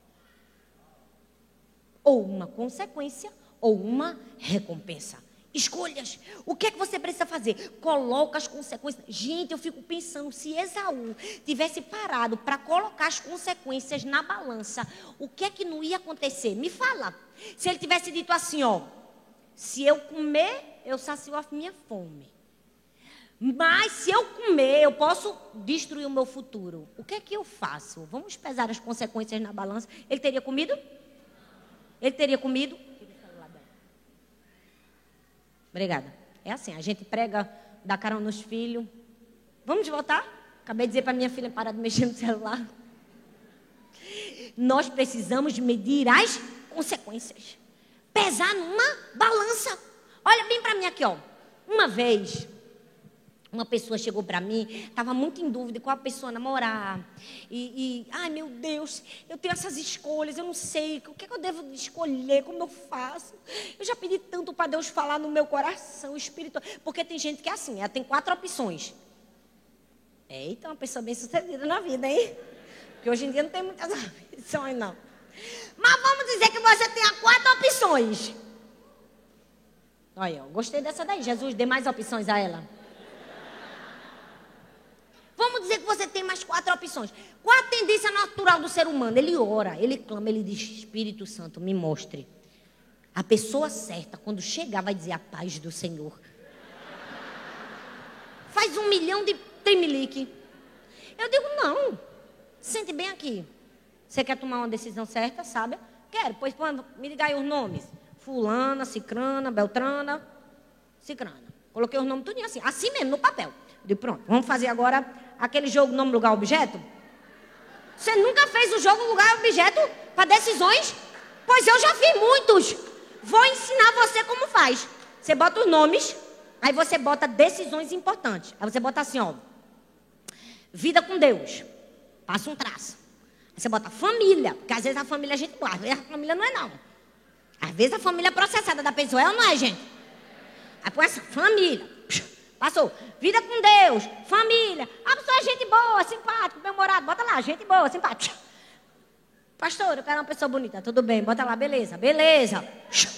Ou uma consequência, ou uma recompensa. Escolhas. O que é que você precisa fazer? Coloca as consequências. Gente, eu fico pensando, se Esaú tivesse parado para colocar as consequências na balança, o que é que não ia acontecer? Me fala. Se ele tivesse dito assim, ó, se eu comer, eu sacio a minha fome. Mas se eu comer, eu posso destruir o meu futuro. O que é que eu faço? Vamos pesar as consequências na balança. Ele teria comido? Ele teria comido? Obrigada. É assim, a gente prega, dá carão nos filhos. Vamos voltar? Acabei de dizer para minha filha parar de mexer no celular. Nós precisamos medir as consequências. Pesar numa balança. Olha bem para mim aqui, ó. Uma vez... Uma pessoa chegou para mim, estava muito em dúvida qual a pessoa namorar. Ai meu Deus, eu tenho essas escolhas, eu não sei, o que é que eu devo escolher, como eu faço? Eu já pedi tanto para Deus falar no meu coração, espiritual. Porque tem gente que é assim, ela tem 4 opções. Eita, uma pessoa bem sucedida na vida, hein? Porque hoje em dia não tem muitas opções, não. Mas vamos dizer que você tenha 4 opções. Olha, eu gostei dessa daí. Jesus, dê mais opções a ela. Vamos dizer que você tem mais 4 opções. Qual a tendência natural do ser humano? Ele ora, ele clama, ele diz, Espírito Santo, me mostre. A pessoa certa, quando chegar, vai dizer a paz do Senhor. Faz 1 milhão de trimelique. Eu digo, não. Sente bem aqui. Você quer tomar uma decisão certa, sabe? Quero, pois me diga aí os nomes. Fulana, Cicrana, Beltrana, Cicrana. Coloquei os nomes tudinho assim mesmo, no papel. Eu digo, pronto, vamos fazer agora aquele jogo nome, lugar, objeto? Você nunca fez o jogo lugar, objeto para decisões? Pois eu já fiz muitos. Vou ensinar você como faz. Você bota os nomes, aí você bota decisões importantes. Aí você bota assim, ó. Vida com Deus. Passa um traço. Aí você bota família, porque às vezes a família é gente boa, às vezes a família não é não. Às vezes a família é processada da pessoa, é ou não é, gente? Aí põe essa família. Passou. Vida com Deus, família. A pessoa é gente boa, simpática, bem-humorada. Bota lá, gente boa, simpática. Pastor, eu quero uma pessoa bonita. Tudo bem, bota lá, beleza, beleza.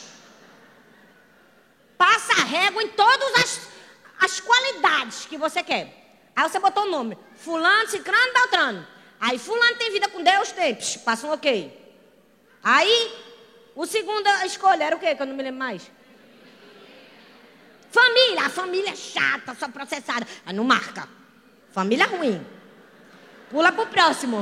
Passa a régua em todas as qualidades que você quer. Aí você botou o nome. Fulano, Cicrano, Beltrano. Aí fulano tem vida com Deus? Tem. Passa um ok. Aí, o segunda escolha era o quê? Que eu não me lembro mais. Família. A família é chata, só processada. Aí não marca. Família ruim. Pula pro próximo.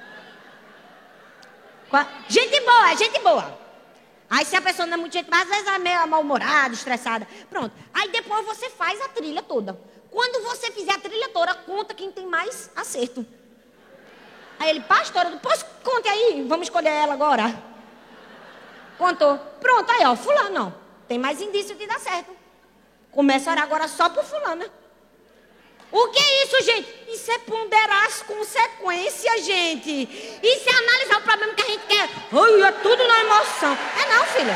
Gente boa, é gente boa. Aí se a pessoa não é muito gente, mas às vezes é meio mal-humorada, estressada. Pronto. Aí depois você faz a trilha toda. Quando você fizer a trilha toda, conta quem tem mais acerto. Aí ele, pastora, depois conte aí, vamos escolher ela agora. Contou. Pronto, aí ó, fulano, não. Tem mais indício de dar certo. Começa a orar agora só por fulano. O que é isso, gente? Isso é ponderar as consequências, gente. Isso é analisar o problema que a gente quer. Ai, é tudo na emoção. É não, filha.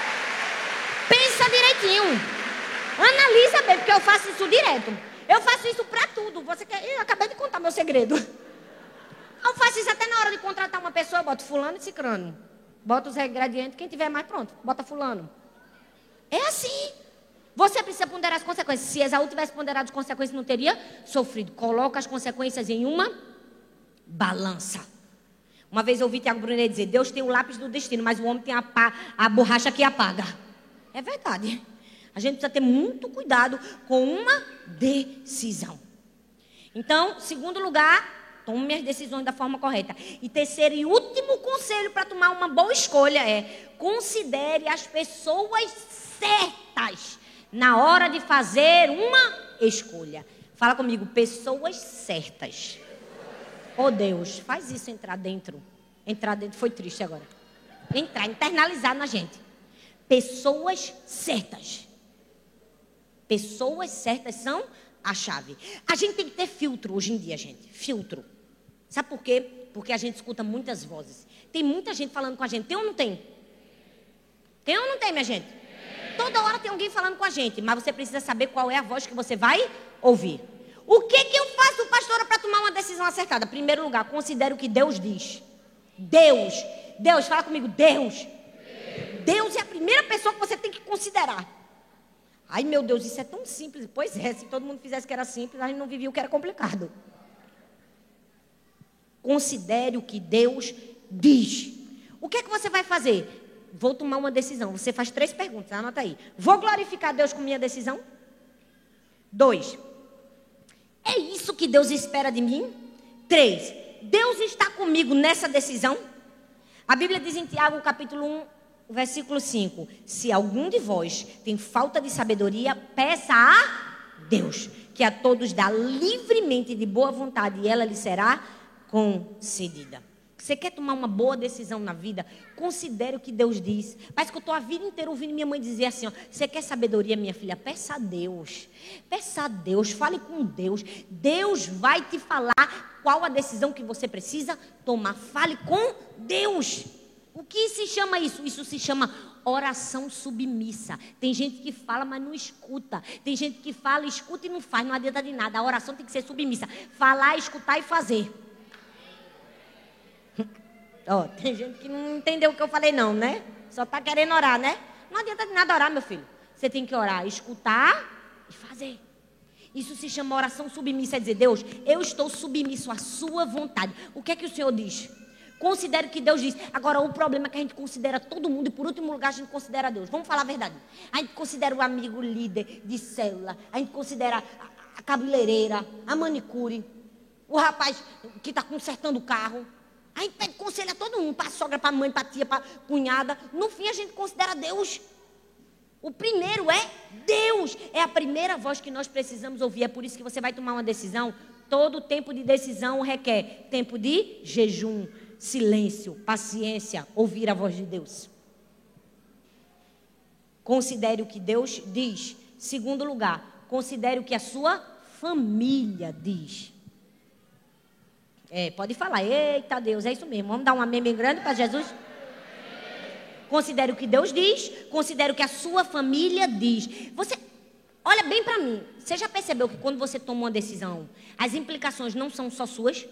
Pensa direitinho. Analisa bem, porque eu faço isso direto. Eu faço isso pra tudo. Você quer... Eu acabei de contar meu segredo. Eu faço isso até na hora de contratar uma pessoa. Eu boto fulano e cicrano. Bota os ingredientes. Quem tiver mais, pronto. Bota fulano. É assim. Você precisa ponderar as consequências. Se Esaú tivesse ponderado as consequências, não teria sofrido. Coloca as consequências em uma balança. Uma vez eu ouvi Tiago Brunet dizer, Deus tem o lápis do destino, mas o homem tem a borracha que apaga. É verdade. A gente precisa ter muito cuidado com uma decisão. Então, segundo lugar, tome as decisões da forma correta. E terceiro e último conselho para tomar uma boa escolha é, considere as pessoas certas na hora de fazer uma escolha. Fala comigo, pessoas certas. Oh Deus, faz isso entrar dentro. Entrar dentro foi triste agora. Internalizar na gente. Pessoas certas. Pessoas certas são a chave. A gente tem que ter filtro hoje em dia, gente. Filtro. Sabe por quê? Porque a gente escuta muitas vozes. Tem muita gente falando com a gente. Tem ou não tem? Tem ou não tem, minha gente? Toda hora tem alguém falando com a gente, mas você precisa saber qual é a voz que você vai ouvir. O que eu faço, pastora, para tomar uma decisão acertada? Em primeiro lugar, considere o que Deus diz. Deus, fala comigo, Deus. Deus é a primeira pessoa que você tem que considerar. Ai, meu Deus, isso é tão simples. Pois é, se todo mundo fizesse que era simples, a gente não vivia o que era complicado. Considere o que Deus diz. O que é que você vai fazer? Vou tomar uma decisão. Você faz 3 perguntas, anota aí. Vou glorificar Deus com minha decisão? 2. É isso que Deus espera de mim? 3. Deus está comigo nessa decisão? A Bíblia diz em Tiago, capítulo 1, versículo 5. Se algum de vós tem falta de sabedoria, peça a Deus, que a todos dá livremente de boa vontade, e ela lhe será concedida. Você quer tomar uma boa decisão na vida? Considere o que Deus diz. Parece que eu estou a vida inteira ouvindo minha mãe dizer assim, ó, você quer sabedoria, minha filha? Peça a Deus. Peça a Deus, fale com Deus. Deus vai te falar qual a decisão que você precisa tomar. Fale com Deus. O que se chama isso? Isso se chama oração submissa. Tem gente que fala, mas não escuta. Tem gente que fala, escuta e não faz, não adianta de nada. A oração tem que ser submissa. Falar, escutar e fazer. Ó, tem gente que não entendeu o que eu falei não, né? Só está querendo orar, né? Não adianta de nada orar, meu filho. Você tem que orar, escutar e fazer. Isso se chama oração submissa. É dizer, Deus, eu estou submisso à sua vontade. O que é que o Senhor diz? Considere o que Deus diz. Agora, o problema é que a gente considera todo mundo e, por último lugar, a gente considera Deus. Vamos falar a verdade. A gente considera o amigo líder de célula. A gente considera a cabeleireira, a manicure, o rapaz que está consertando o carro. A gente pede conselho a todo mundo, para a sogra, para a mãe, para a tia, para a cunhada. No fim, a gente considera Deus. O primeiro é Deus. É a primeira voz que nós precisamos ouvir. É por isso que você vai tomar uma decisão. Todo tempo de decisão requer tempo de jejum, silêncio, paciência, ouvir a voz de Deus. Considere o que Deus diz. Segundo lugar, considere o que a sua família diz. Pode falar, eita Deus, é isso mesmo. Vamos dar um amém bem grande para Jesus? Considere o que Deus diz, considere o que a sua família diz. Você, olha bem para mim, você já percebeu que quando você toma uma decisão, as implicações não são só suas?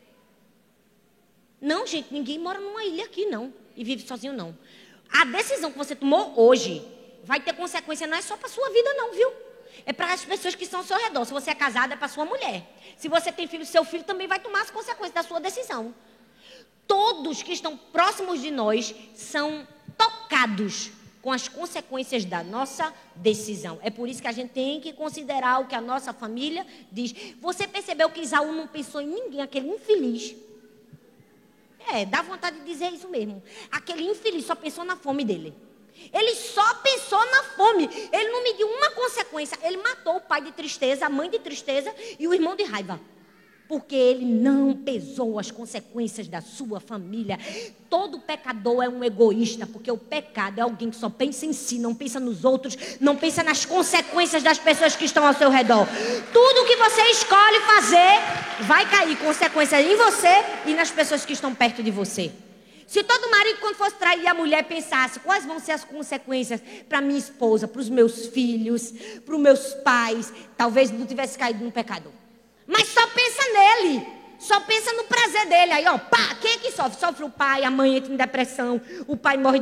Não, gente, ninguém mora numa ilha aqui, não, e vive sozinho, não. A decisão que você tomou hoje vai ter consequência, não é só para sua vida, não, viu? É para as pessoas que estão ao seu redor. Se você é casado, é para sua mulher. Se você tem filho, seu filho também vai tomar as consequências da sua decisão. Todos que estão próximos de nós são tocados com as consequências da nossa decisão. É por isso que a gente tem que considerar o que a nossa família diz. Você percebeu que Isaú não pensou em ninguém, aquele infeliz? Dá vontade de dizer isso mesmo. Aquele infeliz só pensou na fome dele. Ele só pensou na fome. Ele não mediu uma consequência. Ele matou o pai de tristeza, a mãe de tristeza e o irmão de raiva. Porque ele não pesou as consequências da sua família. Todo pecador é um egoísta, porque o pecado é alguém que só pensa em si, não pensa nos outros, não pensa nas consequências das pessoas que estão ao seu redor. Tudo que você escolhe fazer vai cair consequências em você e nas pessoas que estão perto de você. Se todo marido, quando fosse trair a mulher, pensasse quais vão ser as consequências para minha esposa, para os meus filhos, para os meus pais, talvez não tivesse caído no pecado. Mas só pensa nele, só pensa no prazer dele. Aí, ó, pá, quem é que sofre? Sofre o pai, a mãe entra em depressão, o pai morre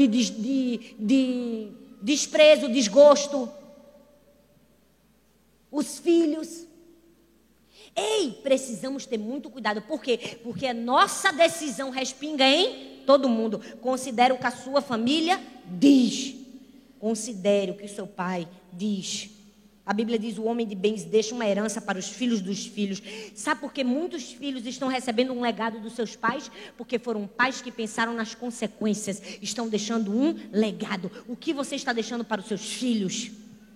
de desprezo, desgosto. Os filhos. Ei, precisamos ter muito cuidado. Por quê? Porque a nossa decisão respinga em todo mundo. Considere o que a sua família diz. Considere o que o seu pai diz. A Bíblia diz, o homem de bens deixa uma herança para os filhos dos filhos. Sabe por que muitos filhos estão recebendo um legado dos seus pais? Porque foram pais que pensaram nas consequências. Estão deixando um legado. O que você está deixando para os seus filhos?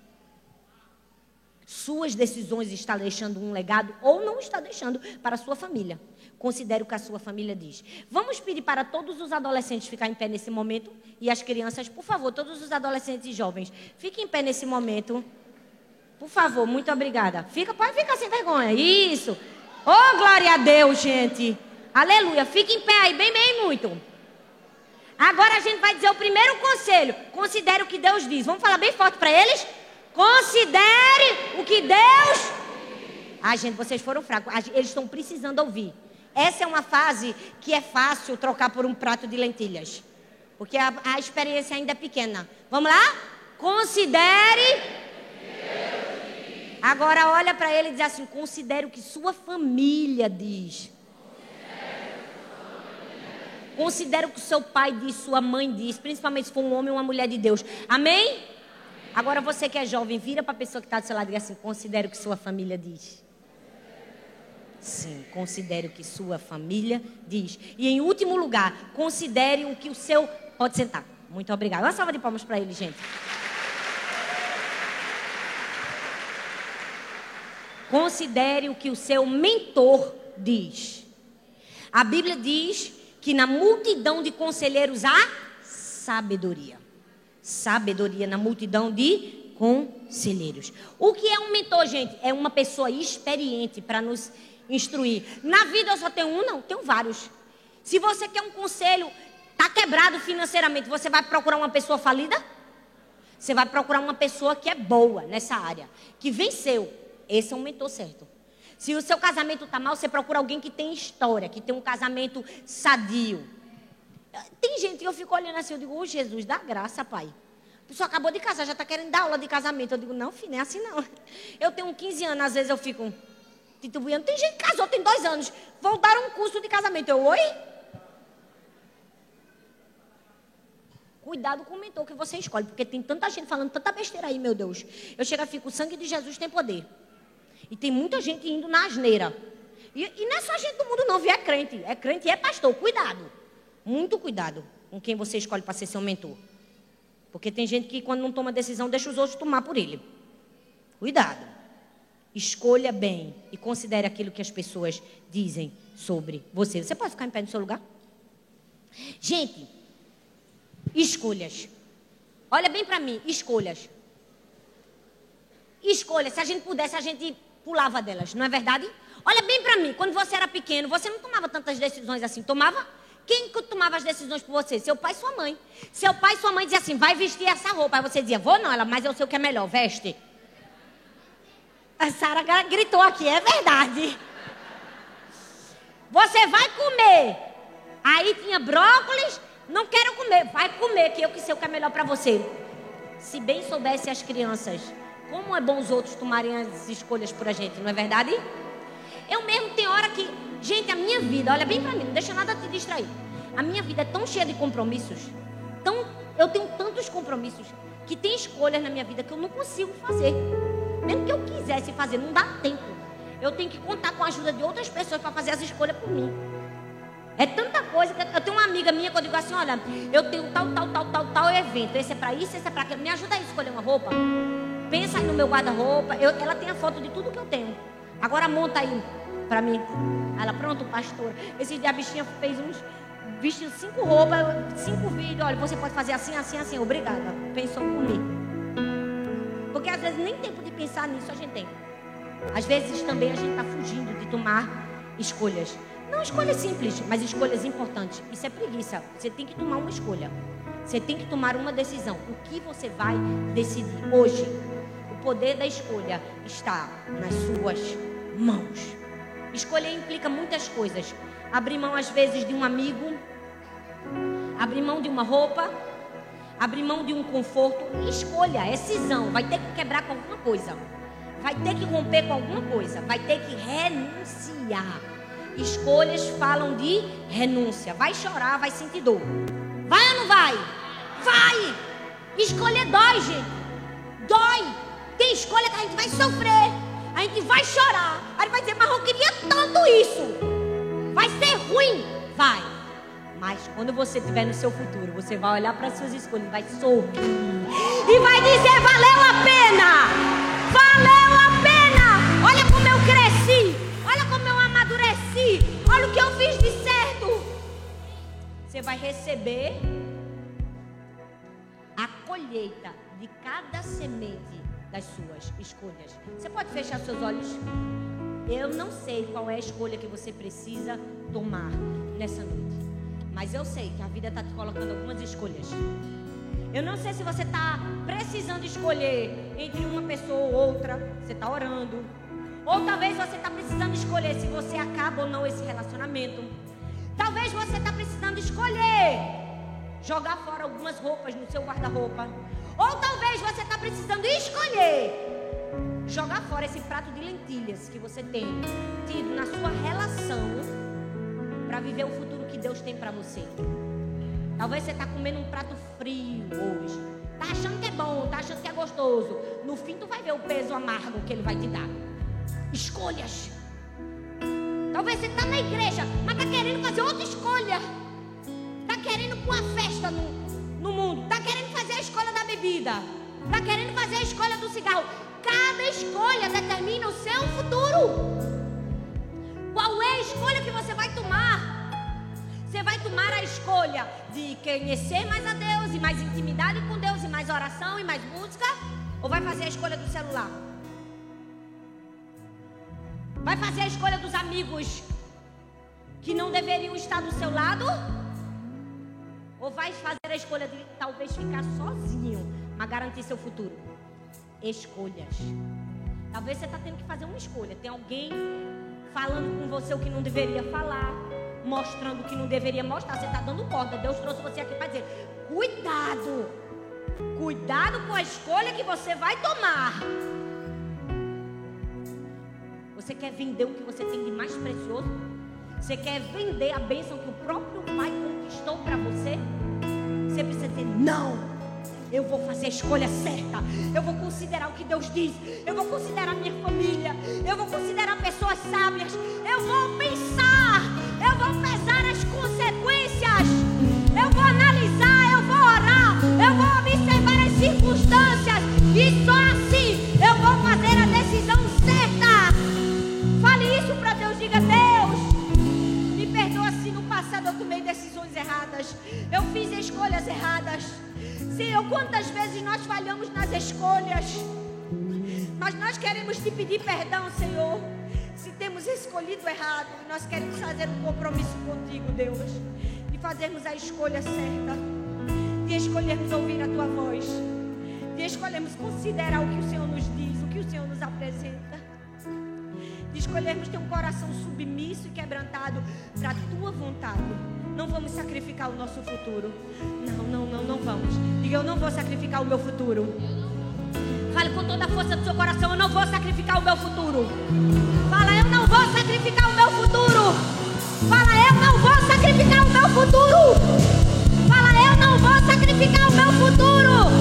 Suas decisões estão deixando um legado ou não está deixando para a sua família. Considere o que a sua família diz. Vamos pedir para todos os adolescentes ficar em pé nesse momento. E as crianças, por favor, todos os adolescentes e jovens, fiquem em pé nesse momento. Por favor, muito obrigada. Pode ficar sem vergonha. Isso. Oh, glória a Deus, gente. Aleluia. Fique em pé aí, bem muito. Agora a gente vai dizer o primeiro conselho. Considere o que Deus diz. Vamos falar bem forte para eles? Considere o que Deus... gente, vocês foram fracos. Eles estão precisando ouvir. Essa é uma fase que é fácil trocar por um prato de lentilhas. Porque a experiência ainda é pequena. Vamos lá? Considere... Agora olha para ele e diz assim, considere o que sua família diz. Considere o que seu pai diz, sua mãe diz, principalmente se for um homem ou uma mulher de Deus. Amém? Agora você que é jovem, vira para a pessoa que está do seu lado e diz assim, considere o que sua família diz. Sim, considere o que sua família diz. E em último lugar, considere o que o seu... Pode sentar. Muito obrigada. Uma salva de palmas para ele, gente. Considere o que o seu mentor diz. A Bíblia diz que na multidão de conselheiros há sabedoria. Sabedoria na multidão de conselheiros. O que é um mentor, gente? É uma pessoa experiente para nos instruir. Na vida eu só tenho um? Não, tenho vários. Se você quer um conselho, está quebrado financeiramente, você vai procurar uma pessoa falida? Você vai procurar uma pessoa que é boa nessa área, que venceu. Esse é um mentor certo. Se o seu casamento está mal, você procura alguém que tem história, que tem um casamento sadio. Tem gente que eu fico olhando assim, eu digo, ô Jesus, dá graça, pai. A pessoa acabou de casar, já está querendo dar aula de casamento. Eu digo, não, filho, não é assim não. Eu tenho 15 anos, às vezes eu fico titubeando. Tem gente que casou, tem 2 anos. Vou dar um curso de casamento. Eu, oi? Cuidado com o mentor que você escolhe, porque tem tanta gente falando tanta besteira aí, meu Deus. Eu chego e fico, o sangue de Jesus tem poder. E tem muita gente indo na asneira. E não é só gente do mundo não, viu? É crente e é pastor. Cuidado. Muito cuidado com quem você escolhe para ser seu mentor. Porque tem gente que quando não toma decisão, deixa os outros tomar por ele. Cuidado. Escolha bem e considere aquilo que as pessoas dizem sobre você. Você pode ficar em pé no seu lugar? Gente, escolhas. Olha bem para mim, escolhas. Escolhas. Se a gente pudesse, a gente pulava delas, não é verdade? Olha bem para mim, quando você era pequeno, você não tomava tantas decisões assim, tomava? Quem tomava as decisões por você? Seu pai e sua mãe. Seu pai e sua mãe diziam assim, vai vestir essa roupa. Aí você dizia, vou não, ela, mas eu sei o que é melhor, veste. A Sara gritou aqui, é verdade. Você vai comer. Aí tinha brócolis, não quero comer. Vai comer, que eu que sei o que é melhor para você. Se bem soubesse as crianças, como é bom os outros tomarem as escolhas por a gente, não é verdade? Eu mesmo tenho hora que... Gente, a minha vida, olha bem pra mim, não deixa nada te distrair. A minha vida é tão cheia de compromissos. Eu tenho tantos compromissos que tem escolhas na minha vida que eu não consigo fazer. Mesmo que eu quisesse fazer, não dá tempo. Eu tenho que contar com a ajuda de outras pessoas para fazer as escolhas por mim. É tanta coisa que eu tenho uma amiga minha que eu digo assim, olha, eu tenho tal evento. Esse é pra isso, esse é pra aquilo. Me ajuda a escolher uma roupa. Pensa aí no meu guarda-roupa. Ela tem a foto de tudo que eu tenho. Agora monta aí pra mim. Ela, pronto, pastora. Esse dia a bichinha fez vestiu 5 roupas, 5 vídeos. Olha, você pode fazer assim, assim, assim. Obrigada. Pensou por mim. Porque às vezes nem tempo de pensar nisso a gente tem. Às vezes também a gente está fugindo de tomar escolhas. Não escolhas simples, mas escolhas importantes. Isso é preguiça. Você tem que tomar uma escolha. Você tem que tomar uma decisão. O que você vai decidir hoje? O poder da escolha está nas suas mãos. Escolher implica muitas coisas. Abrir mão às vezes de um amigo, abrir mão de uma roupa, abrir mão de um conforto. Escolha, é cisão. Vai ter que quebrar com alguma coisa. Vai ter que romper com alguma coisa. Vai ter que renunciar. Escolhas falam de renúncia. Vai chorar, vai sentir dor. Vai ou não vai? Vai! Escolher dói, gente. Dói. Tem escolha que a gente vai sofrer. A gente vai chorar. Aí vai dizer, mas eu queria tanto isso. Vai ser ruim? Vai. Mas quando você estiver no seu futuro, você vai olhar para as suas escolhas, vai sorrir. E vai dizer, valeu a pena. Valeu a pena. Olha como eu cresci. Olha como eu amadureci. Olha o que eu fiz de certo. Você vai receber a colheita de cada semente das suas escolhas. Você pode fechar seus olhos? Eu não sei qual é a escolha que você precisa tomar nessa noite, mas eu sei que a vida está te colocando algumas escolhas. Eu não sei se você está precisando escolher entre uma pessoa ou outra. Você está orando. Ou talvez você está precisando escolher se você acaba ou não esse relacionamento. Talvez você está precisando escolher jogar fora algumas roupas no seu guarda-roupa. Ou talvez você está precisando escolher jogar fora esse prato de lentilhas que você tem tido na sua relação para viver o futuro que Deus tem para você. Talvez você está comendo um prato frio hoje. Está achando que é bom, está achando que é gostoso. No fim tu vai ver o peso amargo que Ele vai te dar. Escolhas. Talvez você está na igreja, mas está querendo fazer outra escolha. Está querendo pôr a festa no mundo. Está querendo fazer a escolha da bebida. Está querendo fazer a escolha do cigarro. Cada escolha determina o seu futuro. Qual é a escolha que você vai tomar? Você vai tomar a escolha de conhecer mais a Deus, e mais intimidade com Deus, e mais oração, e mais música? Ou vai fazer a escolha do celular? Vai fazer a escolha dos amigos que não deveriam estar do seu lado? Ou vai fazer a escolha de talvez ficar sozinho, mas garantir seu futuro? Escolhas. Talvez você está tendo que fazer uma escolha. Tem alguém falando com você o que não deveria falar, mostrando o que não deveria mostrar. Você está dando corda. Deus trouxe você aqui para dizer: cuidado. Cuidado com a escolha que você vai tomar. Você quer vender o que você tem de mais precioso? Você quer vender a bênção que o próprio Pai conquistou para você? Você precisa dizer: não. Eu vou fazer a escolha certa. Eu vou considerar o que Deus diz. Eu vou considerar minha família. Eu vou considerar pessoas sábias. Eu vou pensar. Eu vou pesar as consequências. Eu vou analisar. Eu vou orar. Eu vou observar as circunstâncias. E só assim eu vou fazer a decisão certa. Fale isso para Deus. Diga: Deus, me perdoa se no passado eu tomei decisões erradas. Eu fiz escolhas erradas. Senhor, quantas vezes nós falhamos nas escolhas, mas nós queremos te pedir perdão, Senhor, se temos escolhido errado. Nós queremos fazer um compromisso contigo, Deus, de fazermos a escolha certa, de escolhermos ouvir a tua voz, de escolhermos considerar o que o Senhor nos diz, o que o Senhor nos apresenta, de escolhermos ter um coração submisso e quebrantado para a tua vontade. Não vamos sacrificar o nosso futuro. Não vamos. Diga: eu não vou sacrificar o meu futuro. Fale com toda a força do seu coração: eu não vou sacrificar o meu futuro. Fala: eu não vou sacrificar o meu futuro. Fala: eu não vou sacrificar o meu futuro. Fala: eu não vou sacrificar o meu futuro.